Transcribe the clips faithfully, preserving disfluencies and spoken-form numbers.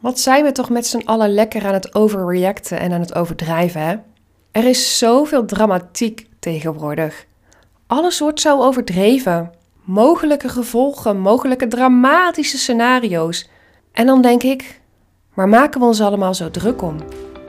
Wat zijn we toch met z'n allen lekker aan het overreacten en aan het overdrijven, hè? Er is zoveel dramatiek tegenwoordig. Alles wordt zo overdreven. Mogelijke gevolgen, mogelijke dramatische scenario's. En dan denk ik, waar maken we ons allemaal zo druk om?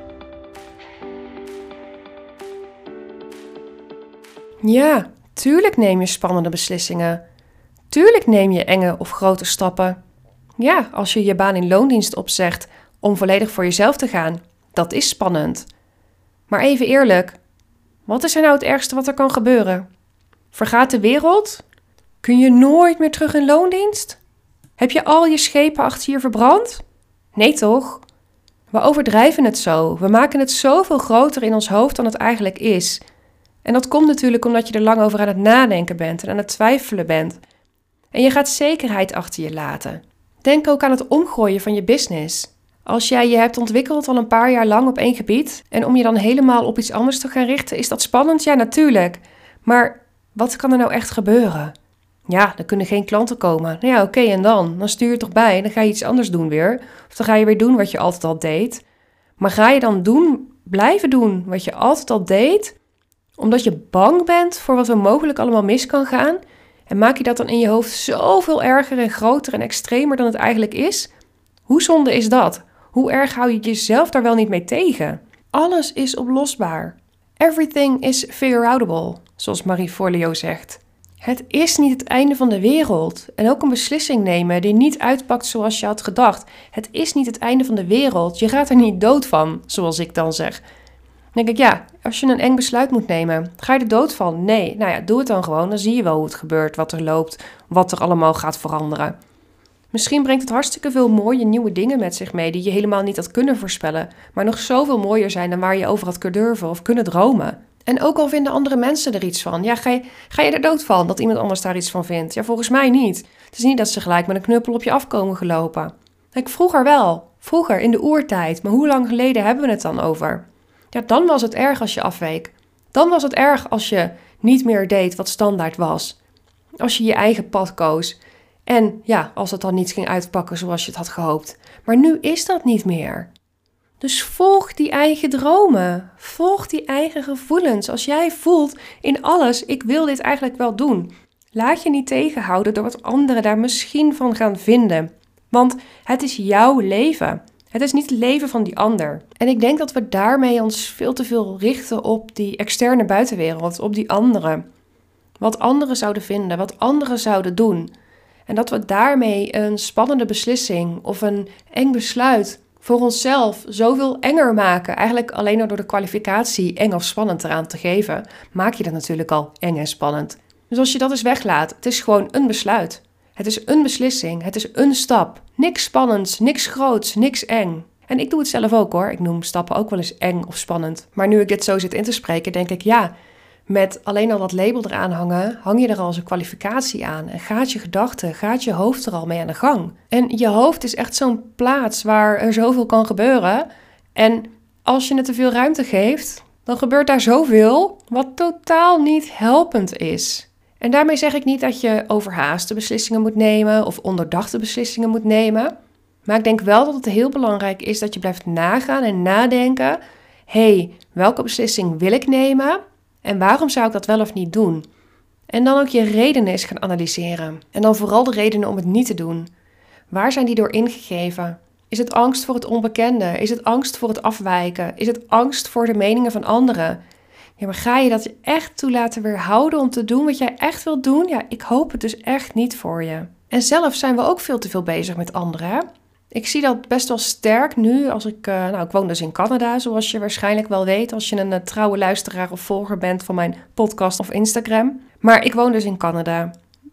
Ja, tuurlijk neem je spannende beslissingen. Tuurlijk neem je enge of grote stappen. Ja, als je je baan in loondienst opzegt om volledig voor jezelf te gaan, dat is spannend. Maar even eerlijk, wat is er nou het ergste wat er kan gebeuren? Vergaat de wereld? Kun je nooit meer terug in loondienst? Heb je al je schepen achter je verbrand? Nee toch? We overdrijven het zo. We maken het zoveel groter in ons hoofd dan het eigenlijk is. En dat komt natuurlijk omdat je er lang over aan het nadenken bent en aan het twijfelen bent. En je gaat zekerheid achter je laten. Denk ook aan het omgooien van je business. Als jij je hebt ontwikkeld al een paar jaar lang op één gebied en om je dan helemaal op iets anders te gaan richten, is dat spannend? Ja, natuurlijk. Maar wat kan er nou echt gebeuren? Ja, er kunnen geen klanten komen. Nou ja, oké, en dan? Dan stuur je toch bij en dan ga je iets anders doen weer. Of dan ga je weer doen wat je altijd al deed. Maar ga je dan doen, blijven doen wat je altijd al deed, omdat je bang bent voor wat er mogelijk allemaal mis kan gaan? En maak je dat dan in je hoofd zoveel erger en groter en extremer dan het eigenlijk is? Hoe zonde is dat? Hoe erg hou je jezelf daar wel niet mee tegen? Alles is oplosbaar. Everything is figure-outable, zoals Marie Forleo zegt. Het is niet het einde van de wereld. En ook een beslissing nemen die niet uitpakt zoals je had gedacht. Het is niet het einde van de wereld. Je gaat er niet dood van, zoals ik dan zeg. Dan denk ik, ja, als je een eng besluit moet nemen, ga je er dood van? Nee, nou ja, doe het dan gewoon. Dan zie je wel hoe het gebeurt, wat er loopt, wat er allemaal gaat veranderen. Misschien brengt het hartstikke veel mooie nieuwe dingen met zich mee die je helemaal niet had kunnen voorspellen, maar nog zoveel mooier zijn dan waar je over had kunnen durven of kunnen dromen. En ook al vinden andere mensen er iets van, ja, ga je, ga je er dood van dat iemand anders daar iets van vindt? Ja, volgens mij niet. Het is niet dat ze gelijk met een knuppel op je afkomen gelopen. Kijk, vroeger wel. Vroeger, in de oertijd. Maar hoe lang geleden hebben we het dan over? Ja, dan was het erg als je afweek. Dan was het erg als je niet meer deed wat standaard was. Als je je eigen pad koos. En ja, als het dan niet ging uitpakken zoals je het had gehoopt. Maar nu is dat niet meer. Dus volg die eigen dromen. Volg die eigen gevoelens. Als jij voelt in alles, ik wil dit eigenlijk wel doen. Laat je niet tegenhouden door wat anderen daar misschien van gaan vinden. Want het is jouw leven. Het is niet het leven van die ander. En ik denk dat we daarmee ons veel te veel richten op die externe buitenwereld, op die anderen. Wat anderen zouden vinden, wat anderen zouden doen. En dat we daarmee een spannende beslissing of een eng besluit voor onszelf zoveel enger maken. Eigenlijk alleen al door de kwalificatie eng of spannend eraan te geven, maak je dat natuurlijk al eng en spannend. Dus als je dat eens weglaat, het is gewoon een besluit. Het is een beslissing, het is een stap. Niks spannends, niks groots, niks eng. En ik doe het zelf ook hoor, ik noem stappen ook wel eens eng of spannend. Maar nu ik dit zo zit in te spreken, denk ik ja, met alleen al dat label eraan hangen, hang je er al eens een kwalificatie aan. En gaat je gedachten, gaat je hoofd er al mee aan de gang. En je hoofd is echt zo'n plaats waar er zoveel kan gebeuren. En als je het te veel ruimte geeft, dan gebeurt daar zoveel wat totaal niet helpend is. En daarmee zeg ik niet dat je overhaaste beslissingen moet nemen of onderdachte beslissingen moet nemen. Maar ik denk wel dat het heel belangrijk is dat je blijft nagaan en nadenken. Hé, hey, welke beslissing wil ik nemen en waarom zou ik dat wel of niet doen? En dan ook je redenen eens gaan analyseren. En dan vooral de redenen om het niet te doen. Waar zijn die door ingegeven? Is het angst voor het onbekende? Is het angst voor het afwijken? Is het angst voor de meningen van anderen? Ja, maar ga je dat je echt toe laten weerhouden om te doen wat jij echt wilt doen? Ja, ik hoop het dus echt niet voor je. En zelf zijn we ook veel te veel bezig met anderen, hè? Ik zie dat best wel sterk nu als ik... Uh, nou, ik woon dus in Canada, zoals je waarschijnlijk wel weet als je een uh, trouwe luisteraar of volger bent van mijn podcast of Instagram. Maar ik woon dus in Canada.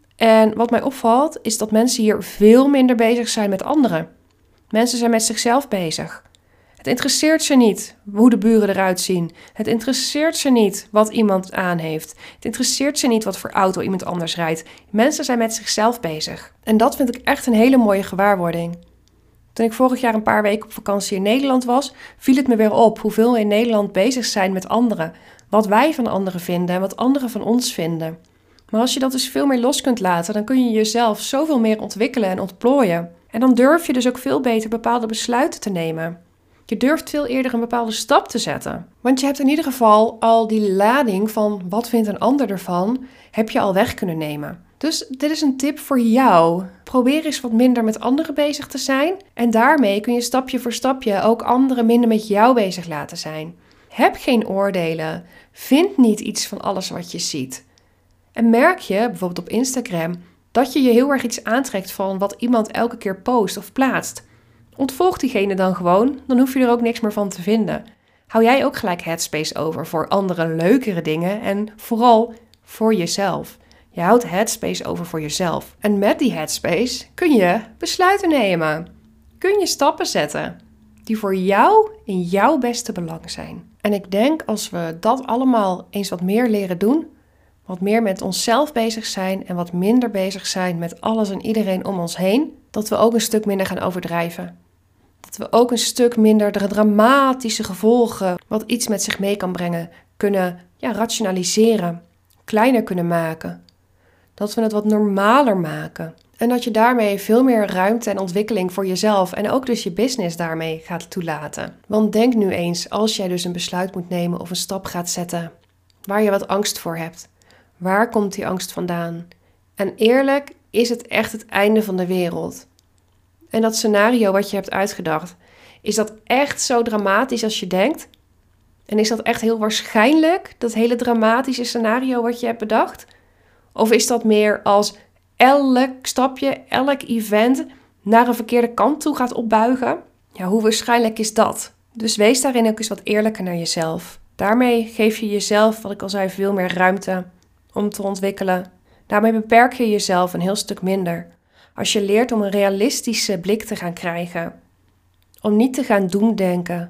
En wat mij opvalt is dat mensen hier veel minder bezig zijn met anderen. Mensen zijn met zichzelf bezig. Het interesseert ze niet hoe de buren eruit zien. Het interesseert ze niet wat iemand aan heeft. Het interesseert ze niet wat voor auto iemand anders rijdt. Mensen zijn met zichzelf bezig. En dat vind ik echt een hele mooie gewaarwording. Toen ik vorig jaar een paar weken op vakantie in Nederland was, viel het me weer op hoeveel we in Nederland bezig zijn met anderen. Wat wij van anderen vinden en wat anderen van ons vinden. Maar als je dat dus veel meer los kunt laten, dan kun je jezelf zoveel meer ontwikkelen en ontplooien. En dan durf je dus ook veel beter bepaalde besluiten te nemen. Je durft veel eerder een bepaalde stap te zetten. Want je hebt in ieder geval al die lading van wat vindt een ander ervan, heb je al weg kunnen nemen. Dus dit is een tip voor jou. Probeer eens wat minder met anderen bezig te zijn. En daarmee kun je stapje voor stapje ook anderen minder met jou bezig laten zijn. Heb geen oordelen. Vind niet iets van alles wat je ziet. En merk je, bijvoorbeeld op Instagram, dat je je heel erg iets aantrekt van wat iemand elke keer post of plaatst. Ontvolg diegene dan gewoon, dan hoef je er ook niks meer van te vinden. Hou jij ook gelijk headspace over voor andere leukere dingen en vooral voor jezelf. Je houdt headspace over voor jezelf. En met die headspace kun je besluiten nemen. Kun je stappen zetten die voor jou in jouw beste belang zijn. En ik denk als we dat allemaal eens wat meer leren doen, wat meer met onszelf bezig zijn en wat minder bezig zijn met alles en iedereen om ons heen, dat we ook een stuk minder gaan overdrijven. Dat we ook een stuk minder de dramatische gevolgen, wat iets met zich mee kan brengen, kunnen ja, rationaliseren, kleiner kunnen maken. Dat we het wat normaler maken. En dat je daarmee veel meer ruimte en ontwikkeling voor jezelf en ook dus je business daarmee gaat toelaten. Want denk nu eens, als jij dus een besluit moet nemen of een stap gaat zetten, waar je wat angst voor hebt. Waar komt die angst vandaan? En eerlijk, is het echt het einde van de wereld? En dat scenario wat je hebt uitgedacht, is dat echt zo dramatisch als je denkt? En is dat echt heel waarschijnlijk, dat hele dramatische scenario wat je hebt bedacht? Of is dat meer als elk stapje, elk event naar een verkeerde kant toe gaat opbuigen? Ja, hoe waarschijnlijk is dat? Dus wees daarin ook eens wat eerlijker naar jezelf. Daarmee geef je jezelf, wat ik al zei, veel meer ruimte om te ontwikkelen. Daarmee beperk je jezelf een heel stuk minder. Als je leert om een realistische blik te gaan krijgen. Om niet te gaan doemdenken.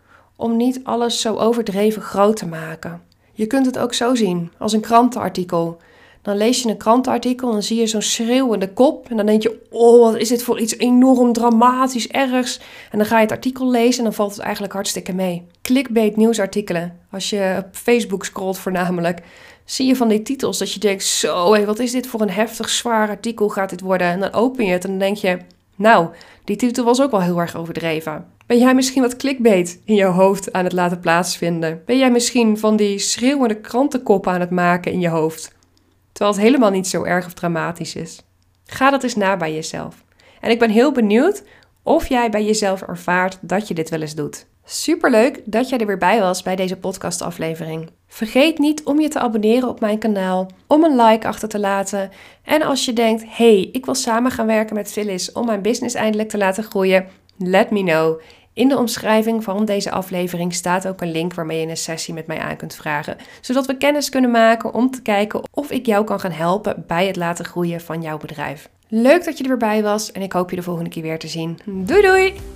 Om niet alles zo overdreven groot te maken. Je kunt het ook zo zien, als een krantenartikel. Dan lees je een krantenartikel en dan zie je zo'n schreeuwende kop. En dan denk je, oh, wat is dit voor iets enorm dramatisch ergs. En dan ga je het artikel lezen en dan valt het eigenlijk hartstikke mee. Clickbait nieuwsartikelen, als je op Facebook scrolt voornamelijk, zie je van die titels dat je denkt, zo, hé, wat is dit voor een heftig, zwaar artikel gaat dit worden? En dan open je het en dan denk je, nou, die titel was ook wel heel erg overdreven. Ben jij misschien wat clickbait in jouw hoofd aan het laten plaatsvinden? Ben jij misschien van die schreeuwende krantenkoppen aan het maken in je hoofd? Terwijl het helemaal niet zo erg of dramatisch is. Ga dat eens na bij jezelf. En ik ben heel benieuwd of jij bij jezelf ervaart dat je dit wel eens doet. Superleuk dat jij er weer bij was bij deze podcastaflevering. Vergeet niet om je te abonneren op mijn kanaal, om een like achter te laten. En als je denkt, hey, ik wil samen gaan werken met Phyllis om mijn business eindelijk te laten groeien, let me know. In de omschrijving van deze aflevering staat ook een link waarmee je een sessie met mij aan kunt vragen. Zodat we kennis kunnen maken om te kijken of ik jou kan gaan helpen bij het laten groeien van jouw bedrijf. Leuk dat je er weer bij was en ik hoop je de volgende keer weer te zien. Doei doei!